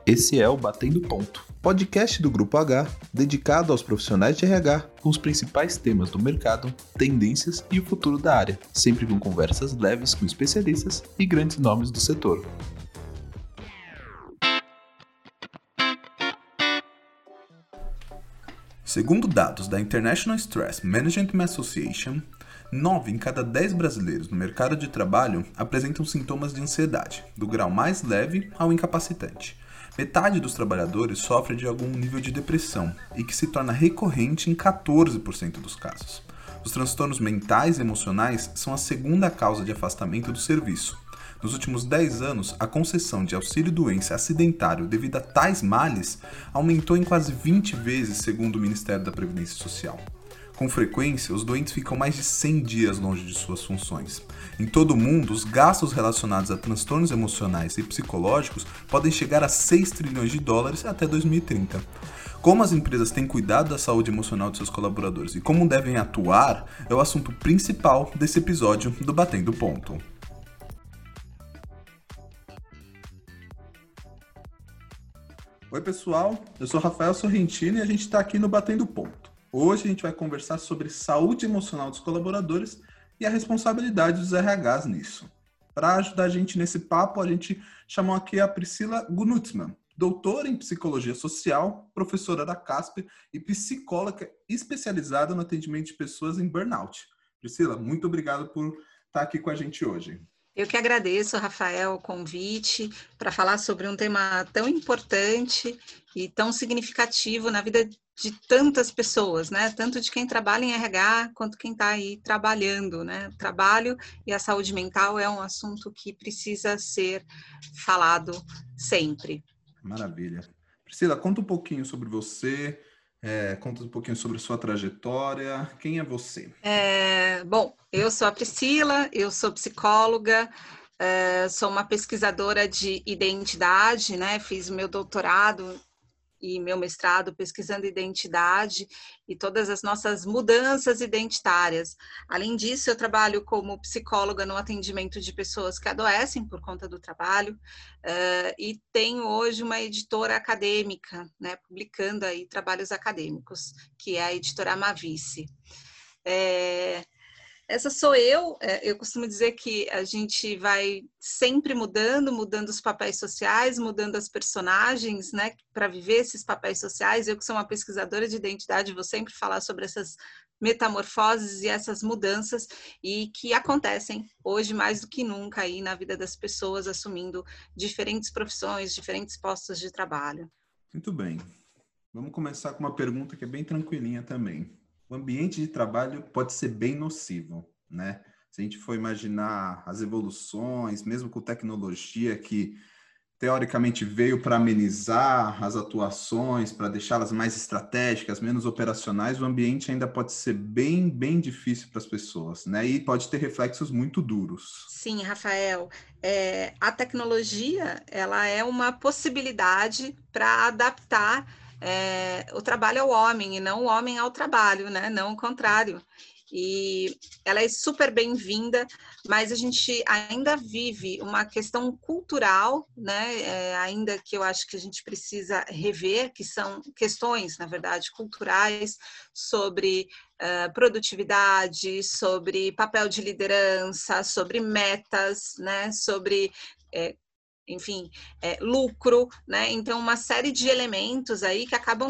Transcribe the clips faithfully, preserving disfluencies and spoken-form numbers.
Esse é o Batendo Ponto, podcast do Grupo H, dedicado aos profissionais de R H, com os principais temas do mercado, tendências e o futuro da área, sempre com conversas leves com especialistas e grandes nomes do setor. Segundo dados da International Stress Management Association, nove em cada dez brasileiros no mercado de trabalho apresentam sintomas de ansiedade, do grau mais leve ao incapacitante. Metade dos trabalhadores sofre de algum nível de depressão e que se torna recorrente em quatorze por cento dos casos. Os transtornos mentais e emocionais são a segunda causa de afastamento do serviço. Nos últimos dez anos, a concessão de auxílio-doença acidentário devido a tais males aumentou em quase vinte vezes, segundo o Ministério da Previdência Social. Com frequência, os doentes ficam mais de cem dias longe de suas funções. Em todo o mundo, os gastos relacionados a transtornos emocionais e psicológicos podem chegar a seis trilhões de dólares até dois mil e trinta. Como as empresas têm cuidado da saúde emocional de seus colaboradores e como devem atuar, é o assunto principal desse episódio do Batendo Ponto. Oi pessoal, eu sou Rafael Sorrentino e a gente está aqui no Batendo Ponto. Hoje a gente vai conversar sobre saúde emocional dos colaboradores e a responsabilidade dos R Hs nisso. Para ajudar a gente nesse papo, a gente chamou aqui a Priscila Gnutzmann, doutora em Psicologia Social, professora da Casper e psicóloga especializada no atendimento de pessoas em burnout. Priscila, muito obrigado por estar aqui com a gente hoje. Eu que agradeço, Rafael, o convite para falar sobre um tema tão importante e tão significativo na vida de tantas pessoas, né? Tanto de quem trabalha em R H quanto quem está aí trabalhando, né? O trabalho e a saúde mental é um assunto que precisa ser falado sempre. Maravilha. Priscila, conta um pouquinho sobre você, é, conta um pouquinho sobre sua trajetória. Quem é você? É, bom, eu sou a Priscila, eu sou psicóloga, é, sou uma pesquisadora de identidade, né? Fiz meu doutorado e meu mestrado pesquisando identidade e todas as nossas mudanças identitárias. Além disso, eu trabalho como psicóloga no atendimento de pessoas que adoecem por conta do trabalho uh, e tenho hoje uma editora acadêmica, né, publicando aí trabalhos acadêmicos, que é a editora Amavice. É... Essa sou eu, eu costumo dizer que a gente vai sempre mudando, mudando os papéis sociais, mudando as personagens, né, para viver esses papéis sociais. Eu que sou uma pesquisadora de identidade, vou sempre falar sobre essas metamorfoses e essas mudanças e que acontecem hoje mais do que nunca aí na vida das pessoas, assumindo diferentes profissões, diferentes postos de trabalho. Muito bem. Vamos começar com uma pergunta que é bem tranquilinha também. O ambiente de trabalho pode ser bem nocivo, né? Se a gente for imaginar as evoluções, mesmo com tecnologia que teoricamente veio para amenizar as atuações, para deixá-las mais estratégicas, menos operacionais, o ambiente ainda pode ser bem, bem difícil para as pessoas, né? E pode ter reflexos muito duros. Sim, Rafael. É, a tecnologia, ela é uma possibilidade para adaptar É, o trabalho ao homem e não o homem ao trabalho, né? Não o contrário. E ela é super bem-vinda, mas a gente ainda vive uma questão cultural, né? É, ainda que eu acho que a gente precisa rever, que são questões, na verdade, culturais sobre uh, produtividade, sobre papel de liderança, sobre metas, né? Sobre é, enfim, é, lucro, né? Então, uma série de elementos aí que acabam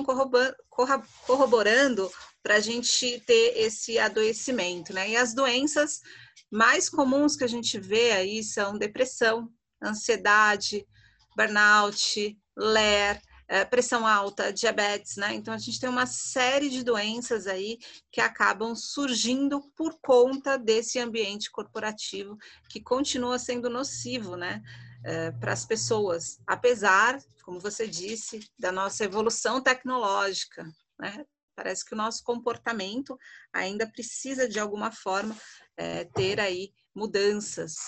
corroborando para a gente ter esse adoecimento, né? E as doenças mais comuns que a gente vê aí são depressão, ansiedade, burnout, L E R, é, pressão alta, diabetes, né? Então, a gente tem uma série de doenças aí que acabam surgindo por conta desse ambiente corporativo que continua sendo nocivo, né? É, para as pessoas, apesar, como você disse, da nossa evolução tecnológica, né? Parece que o nosso comportamento ainda precisa, de alguma forma, é, ter aí mudanças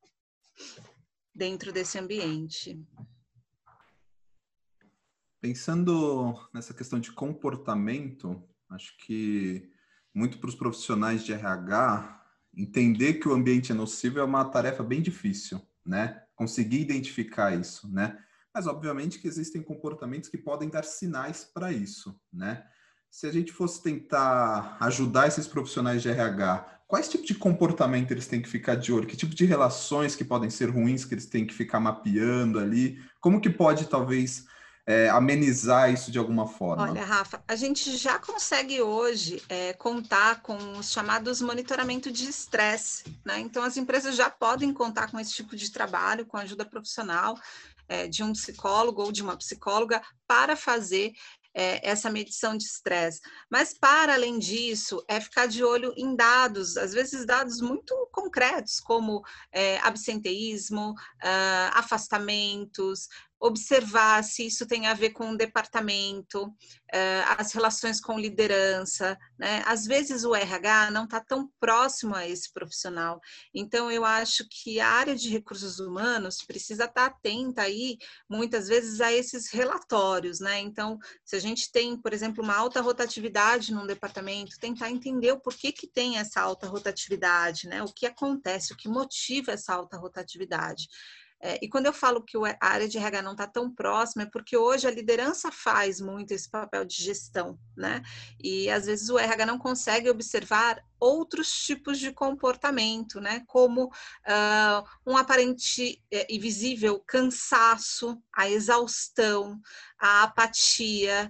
dentro desse ambiente. Pensando nessa questão de comportamento, acho que muito para os profissionais de R H, entender que o ambiente é nocivo é uma tarefa bem difícil, né? Conseguir identificar isso, né? Mas, obviamente, que existem comportamentos que podem dar sinais para isso, né? Se a gente fosse tentar ajudar esses profissionais de R H, quais tipos de comportamento eles têm que ficar de olho? Que tipo de relações que podem ser ruins que eles têm que ficar mapeando ali? Como que pode, talvez, é, amenizar isso de alguma forma? Olha, Rafa, a gente já consegue hoje é, contar com os chamados monitoramento de estresse, né? Então, as empresas já podem contar com esse tipo de trabalho, com ajuda profissional, é, de um psicólogo ou de uma psicóloga, para fazer é, essa medição de estresse. Mas, para além disso, é ficar de olho em dados, às vezes dados muito concretos, como é, absenteísmo, uh, afastamentos, observar se isso tem a ver com o departamento, as relações com liderança, né? Às vezes o R H não está tão próximo a esse profissional, então eu acho que a área de recursos humanos precisa estar atenta aí, muitas vezes, a esses relatórios, né? Então, se a gente tem, por exemplo, uma alta rotatividade num departamento, tentar entender o porquê que tem essa alta rotatividade, né? O que acontece, o que motiva essa alta rotatividade. É, e quando eu falo que a área de R H não está tão próxima, é porque hoje a liderança faz muito esse papel de gestão, né? E às vezes o R H não consegue observar outros tipos de comportamento, né? Como uh, um aparente e visível cansaço, a exaustão, a apatia,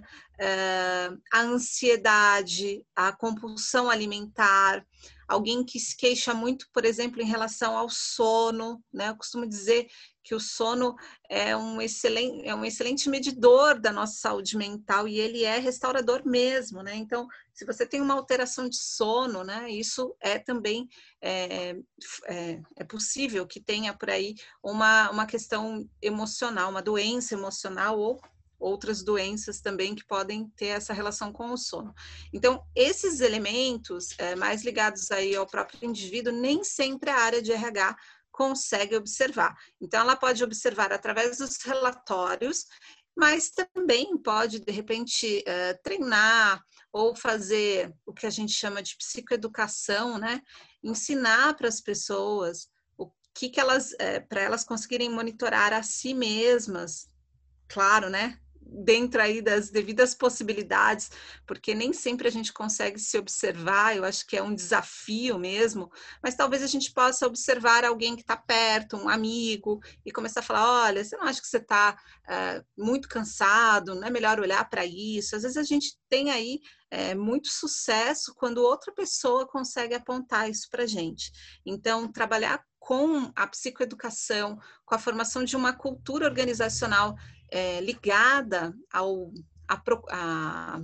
uh, a ansiedade, a compulsão alimentar. Alguém que se queixa muito, por exemplo, em relação ao sono, né? Eu costumo dizer que o sono é um excelente, é um excelente medidor da nossa saúde mental e ele é restaurador mesmo, né? Então, se você tem uma alteração de sono, né? Isso é também é, é, é possível que tenha por aí uma, uma questão emocional, uma doença emocional ou outras doenças também que podem ter essa relação com o sono. Então, esses elementos é, mais ligados aí ao próprio indivíduo, nem sempre a área de R H consegue observar. Então, ela pode observar através dos relatórios, mas também pode, de repente, é, treinar ou fazer o que a gente chama de psicoeducação, né? Ensinar para as pessoas o que, que elas, é, para elas conseguirem monitorar a si mesmas, claro, né? Dentro aí das devidas possibilidades, porque nem sempre a gente consegue se observar, eu acho que é um desafio mesmo, mas talvez a gente possa observar alguém que está perto, um amigo, e começar a falar, olha, você não acha que você está uh, muito cansado, não é melhor olhar para isso? Às vezes a gente tem aí é, muito sucesso quando outra pessoa consegue apontar isso para a gente. Então, trabalhar com a psicoeducação, com a formação de uma cultura organizacional É, ligada ao a, a,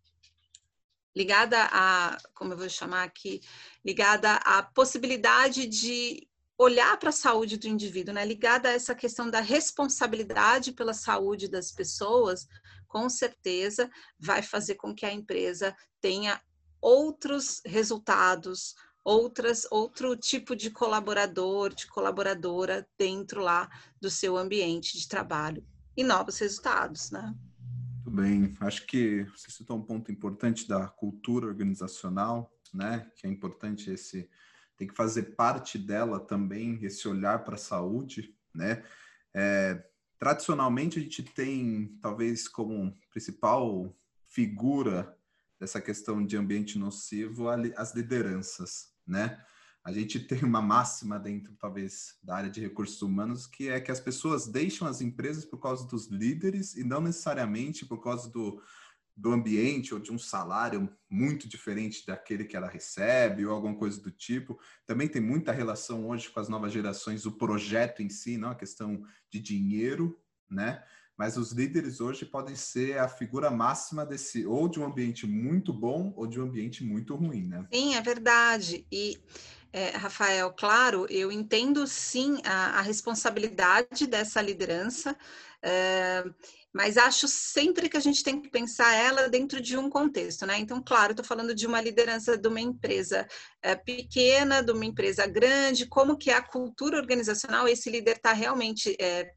ligada a, como eu vou chamar aqui, ligada à possibilidade de olhar para a saúde do indivíduo, né? Ligada a essa questão da responsabilidade pela saúde das pessoas, com certeza vai fazer com que a empresa tenha outros resultados, outras, outro tipo de colaborador, de colaboradora dentro lá do seu ambiente de trabalho. E novos resultados, né? Muito bem. Acho que você citou um ponto importante da cultura organizacional, né? Que é importante esse, tem que fazer parte dela também, esse olhar para a saúde, né? É, tradicionalmente, a gente tem, talvez, como principal figura dessa questão de ambiente nocivo, as lideranças, né? A gente tem uma máxima dentro, talvez, da área de recursos humanos, que é que as pessoas deixam as empresas por causa dos líderes e não necessariamente por causa do, do ambiente ou de um salário muito diferente daquele que ela recebe ou alguma coisa do tipo. Também tem muita relação hoje com as novas gerações, o projeto em si, não a questão de dinheiro, né? Mas os líderes hoje podem ser a figura máxima desse, ou de um ambiente muito bom ou de um ambiente muito ruim, né? Sim, é verdade. E, é, Rafael, claro, eu entendo sim a, a responsabilidade dessa liderança, é, mas acho sempre que a gente tem que pensar ela dentro de um contexto, né? Então, claro, estou falando de uma liderança de uma empresa é, pequena, de uma empresa grande, como que é a cultura organizacional, esse líder está realmente... É,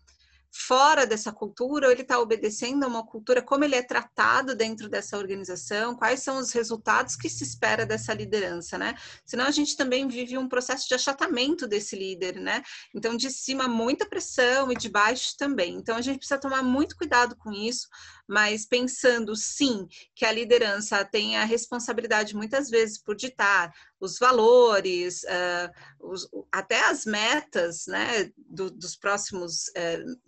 fora dessa cultura ou ele está obedecendo a uma cultura, como ele é tratado dentro dessa organização, quais são os resultados que se espera dessa liderança, né? Senão a gente também vive um processo de achatamento desse líder, né? Então, de cima, muita pressão e de baixo também. Então, a gente precisa tomar muito cuidado com isso, mas pensando, sim, que a liderança tem a responsabilidade, muitas vezes, por ditar os valores, uh, os, até as metas, né, do, dos próximos uh,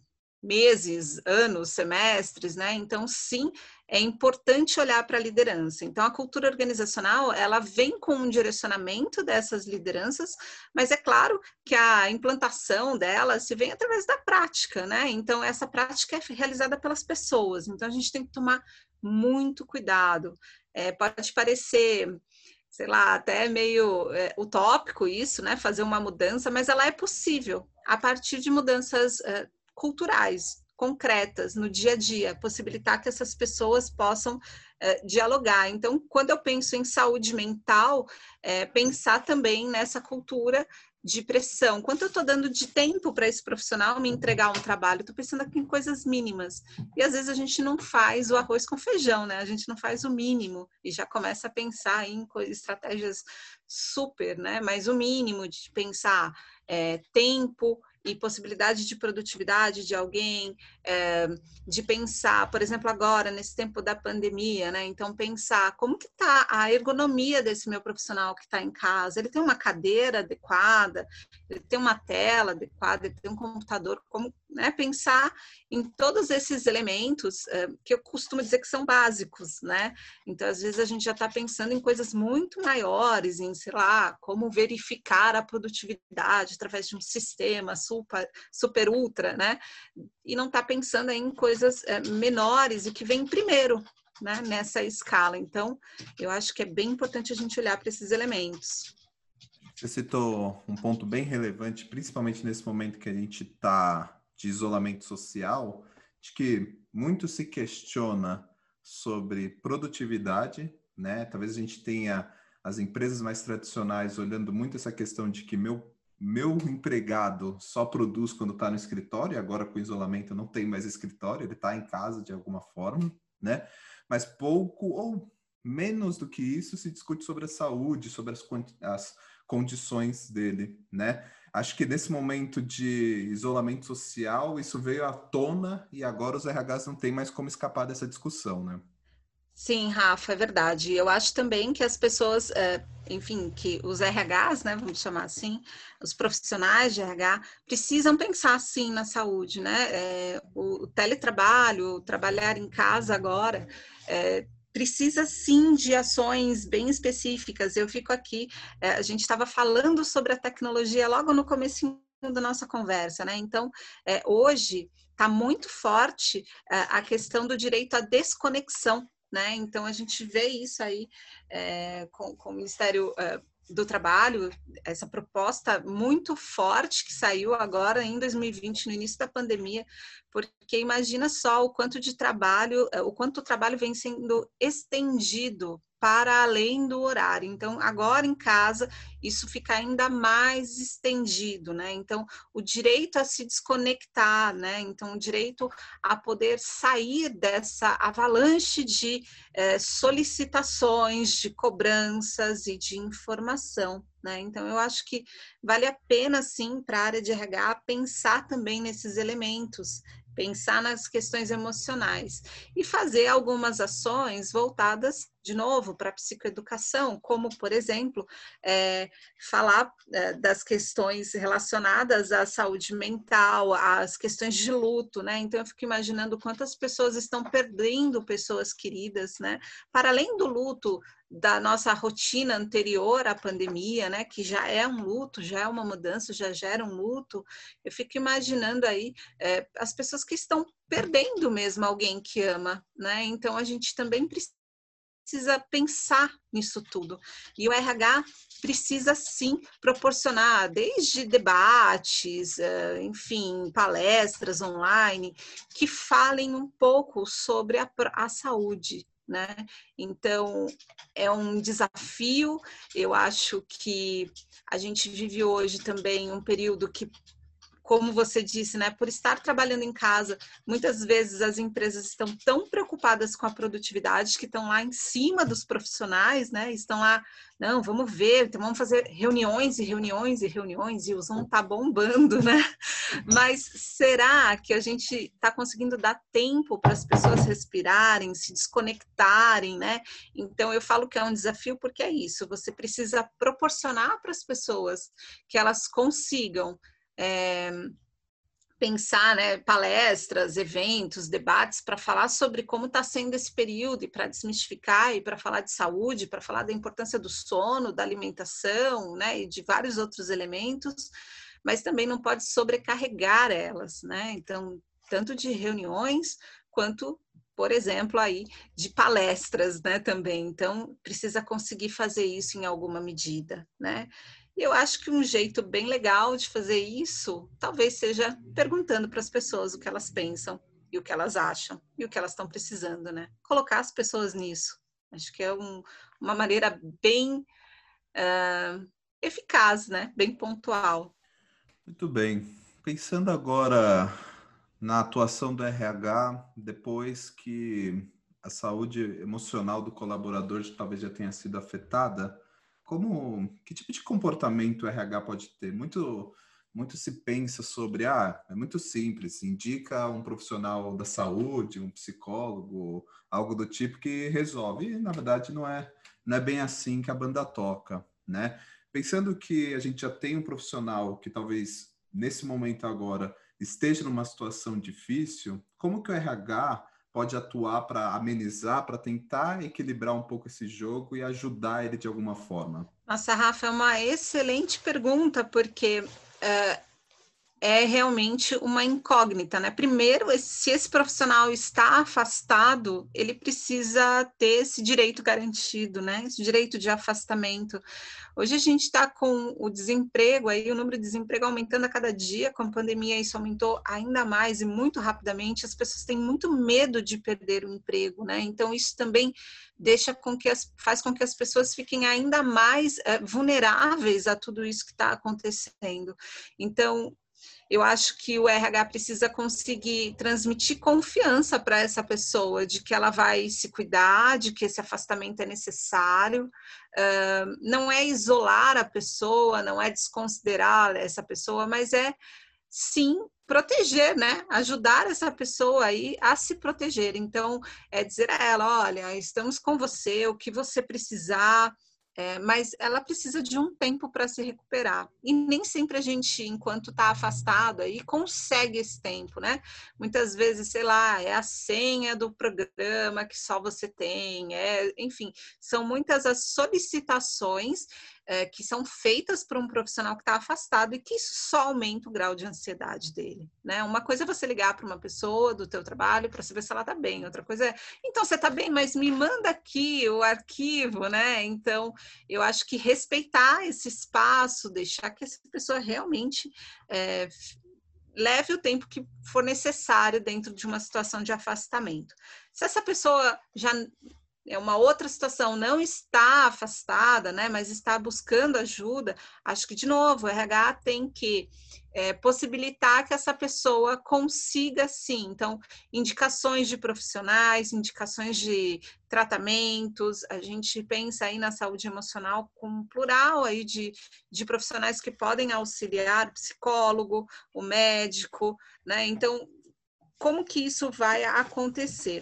meses, anos, semestres, né? Então, sim, é importante olhar para a liderança. Então, a cultura organizacional, ela vem com um direcionamento dessas lideranças, mas é claro que a implantação dela se vem através da prática, né? Então, essa prática é realizada pelas pessoas. Então, a gente tem que tomar muito cuidado. É, pode parecer, sei lá, até meio é, utópico isso, né? Fazer uma mudança, mas ela é possível a partir de mudanças é, culturais, concretas, no dia a dia, possibilitar que essas pessoas possam é, dialogar. Então, quando eu penso em saúde mental, é, pensar também nessa cultura de pressão. Quanto eu estou dando de tempo para esse profissional me entregar um trabalho? Estou pensando aqui em coisas mínimas. E às vezes a gente não faz o arroz com feijão, né? A gente não faz o mínimo e já começa a pensar em estratégias super, né? Mas o mínimo de pensar é, tempo e possibilidade de produtividade de alguém, é, de pensar, por exemplo, agora, nesse tempo da pandemia, né? Então, pensar como que está a ergonomia desse meu profissional que está em casa, ele tem uma cadeira adequada, ele tem uma tela adequada, ele tem um computador, como, né? Pensar em todos esses elementos é, que eu costumo dizer que são básicos, né? Então, às vezes, a gente já está pensando em coisas muito maiores, em, sei lá, como verificar a produtividade através de um sistema super, super ultra, né? E não está pensando em coisas é, menores e que vem primeiro, né? Nessa escala. Então, eu acho que é bem importante a gente olhar para esses elementos. Você citou um ponto bem relevante, principalmente nesse momento que a gente está de isolamento social, de que muito se questiona sobre produtividade, né? Talvez a gente tenha as empresas mais tradicionais olhando muito essa questão de que meu, meu empregado só produz quando está no escritório, e agora com o isolamento não tem mais escritório, ele está em casa de alguma forma, né? Mas pouco ou menos do que isso se discute sobre a saúde, sobre as, as condições dele, né? Acho que nesse momento de isolamento social, isso veio à tona e agora os R Hs não tem mais como escapar dessa discussão, né? Sim, Rafa, é verdade. Eu acho também que as pessoas, enfim, que os R Hs, né, vamos chamar assim, os profissionais de R H precisam pensar sim na saúde, né? É, o, o teletrabalho, o trabalhar em casa agora, é, precisa sim de ações bem específicas. Eu fico aqui, é, a gente estava falando sobre a tecnologia logo no começo da nossa conversa, né? Então, é, hoje está muito forte é, a questão do direito à desconexão. Né? Então, a gente vê isso aí é, com, com o Ministério é, do Trabalho, essa proposta muito forte que saiu agora em dois mil e vinte, no início da pandemia, porque imagina só o quanto de trabalho, o quanto o trabalho vem sendo estendido para além do horário. Então, agora em casa, isso fica ainda mais estendido, né? Então, o direito a se desconectar, né? Então, o direito a poder sair dessa avalanche de eh, solicitações, de cobranças e de informação, né? Então, eu acho que vale a pena, sim, para a área de R H pensar também nesses elementos, pensar nas questões emocionais e fazer algumas ações voltadas, de novo, para a psicoeducação, como, por exemplo, é, falar é, das questões relacionadas à saúde mental, às questões de luto, né? Então, eu fico imaginando quantas pessoas estão perdendo pessoas queridas, né? Para além do luto da nossa rotina anterior à pandemia, né, que já é um luto, já é uma mudança, já gera um luto, eu fico imaginando aí é, as pessoas que estão perdendo mesmo alguém que ama, né? Então a gente também precisa pensar nisso tudo. E o R H precisa sim proporcionar desde debates, enfim, palestras online que falem um pouco sobre a, a saúde. Né? Então, é um desafio. Eu acho que a gente vive hoje também um período que, como você disse, né, por estar trabalhando em casa, muitas vezes as empresas estão tão preocupadas com a produtividade que estão lá em cima dos profissionais, né, estão lá, não, vamos ver, então vamos fazer reuniões e reuniões e reuniões e o Zoom tá bombando, né? Mas será que a gente está conseguindo dar tempo para as pessoas respirarem, se desconectarem, né? Então eu falo que é um desafio porque é isso, você precisa proporcionar para as pessoas que elas consigam É, pensar, né, palestras, eventos, debates para falar sobre como está sendo esse período e para desmistificar e para falar de saúde, para falar da importância do sono, da alimentação, né, e de vários outros elementos, mas também não pode sobrecarregar elas, né? Então, tanto de reuniões quanto, por exemplo, aí de palestras, né, também. Então, precisa conseguir fazer isso em alguma medida, né? E eu acho que um jeito bem legal de fazer isso, talvez seja perguntando para as pessoas o que elas pensam e o que elas acham e o que elas estão precisando, né? Colocar as pessoas nisso. Acho que é um, uma maneira bem uh, eficaz, né? Bem pontual. Muito bem. Pensando agora na atuação do R H, depois que a saúde emocional do colaborador talvez já tenha sido afetada, como, que tipo de comportamento o R H pode ter? Muito, muito se pensa sobre, ah, é muito simples, indica um profissional da saúde, um psicólogo, algo do tipo que resolve. E, na verdade, não é, não é bem assim que a banda toca, né? Pensando que a gente já tem um profissional que talvez nesse momento agora esteja numa situação difícil, como que o R H pode atuar para amenizar, para tentar equilibrar um pouco esse jogo e ajudar ele de alguma forma? Nossa, Rafa, é uma excelente pergunta, porque uh, é realmente uma incógnita, né? Primeiro, se esse profissional está afastado, ele precisa ter esse direito garantido, né? Esse direito de afastamento. Hoje a gente está com o desemprego, aí o número de desemprego aumentando a cada dia, com a pandemia isso aumentou ainda mais e muito rapidamente, as pessoas têm muito medo de perder o emprego, né? Então isso também deixa com que as, faz com que as pessoas fiquem ainda mais é, vulneráveis a tudo isso que está acontecendo. Então, eu acho que o R H precisa conseguir transmitir confiança para essa pessoa de que ela vai se cuidar, de que esse afastamento é necessário. Uh, não é isolar a pessoa, não é desconsiderar essa pessoa, mas é sim proteger, né? Ajudar essa pessoa aí a se proteger. Então, é dizer a ela, olha, estamos com você, o que você precisar. É, mas ela precisa de um tempo para se recuperar. E nem sempre a gente, enquanto está afastado, aí consegue esse tempo, né? Muitas vezes, sei lá, é a senha do programa que só você tem, é, enfim, são muitas as solicitações é, que são feitas por um profissional que está afastado e que isso só aumenta o grau de ansiedade dele, né? Uma coisa é você ligar para uma pessoa do teu trabalho para saber se ela está bem, outra coisa é, então você está bem, mas me manda aqui o arquivo, né? Então, eu acho que respeitar esse espaço, deixar que essa pessoa realmente é, leve o tempo que for necessário dentro de uma situação de afastamento. Se essa pessoa já é uma outra situação, não está afastada, né, mas está buscando ajuda, acho que, de novo, o R H tem que é, possibilitar que essa pessoa consiga, sim, então, indicações de profissionais, indicações de tratamentos, a gente pensa aí na saúde emocional com um plural aí de, de profissionais que podem auxiliar, o psicólogo, o médico, né, então, como que isso vai acontecer?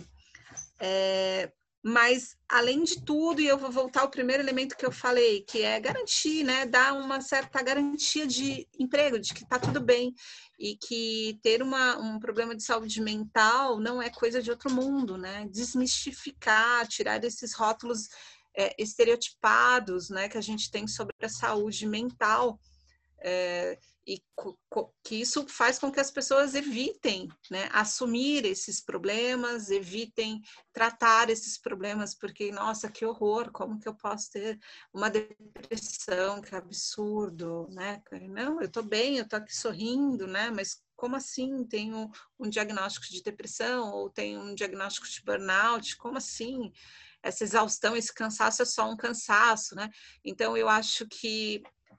É, mas, além de tudo, e eu vou voltar ao primeiro elemento que eu falei, que é garantir, né, dar uma certa garantia de emprego, de que está tudo bem, e que ter uma, um problema de saúde mental não é coisa de outro mundo, né? Desmistificar, tirar esses rótulos é, estereotipados, né, que a gente tem sobre a saúde mental. É, e que isso faz com que as pessoas evitem, né, assumir esses problemas, evitem tratar esses problemas, porque, nossa, que horror, como que eu posso ter uma depressão, que absurdo, né? Não, eu tô bem, eu tô aqui sorrindo, né? Mas como assim? Tenho um diagnóstico de depressão ou tenho um diagnóstico de burnout? Como assim? Essa exaustão, esse cansaço é só um cansaço, né? Então, eu acho que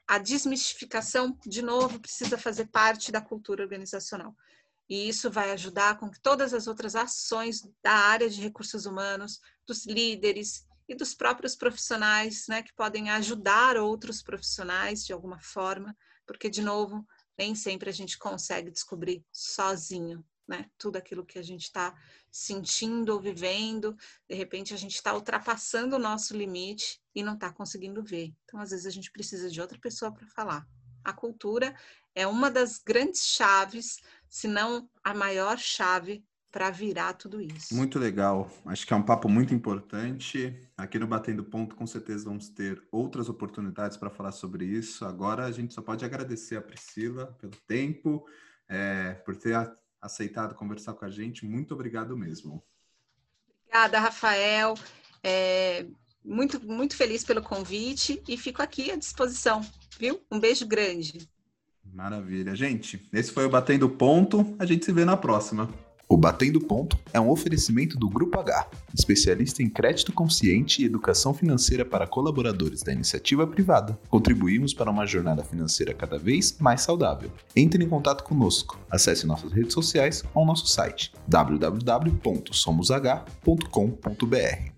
a desmistificação, de novo, precisa fazer parte da cultura organizacional. E isso vai ajudar com que todas as outras ações da área de recursos humanos, dos líderes e dos próprios profissionais, né, que podem ajudar outros profissionais de alguma forma, porque, de novo, nem sempre a gente consegue descobrir sozinho, né, tudo aquilo que a gente está sentindo ou vivendo. De repente, a gente está ultrapassando o nosso limite e não está conseguindo ver. Então, às vezes, a gente precisa de outra pessoa para falar. A cultura é uma das grandes chaves, se não a maior chave, para virar tudo isso. Muito legal. Acho que é um papo muito importante. Aqui no Batendo Ponto, com certeza vamos ter outras oportunidades para falar sobre isso. Agora a gente só pode agradecer a Priscila pelo tempo, é, por ter aceitado conversar com a gente. Muito obrigado mesmo. Obrigada, Rafael. É, muito, muito feliz pelo convite e fico aqui à disposição, viu? Um beijo grande. Maravilha. Gente, esse foi o Batendo Ponto. A gente se vê na próxima. O Batendo Ponto é um oferecimento do Grupo H, especialista em crédito consciente e educação financeira para colaboradores da iniciativa privada. Contribuímos para uma jornada financeira cada vez mais saudável. Entre em contato conosco. Acesse nossas redes sociais ou nosso site w w w ponto somos h ponto com ponto b r.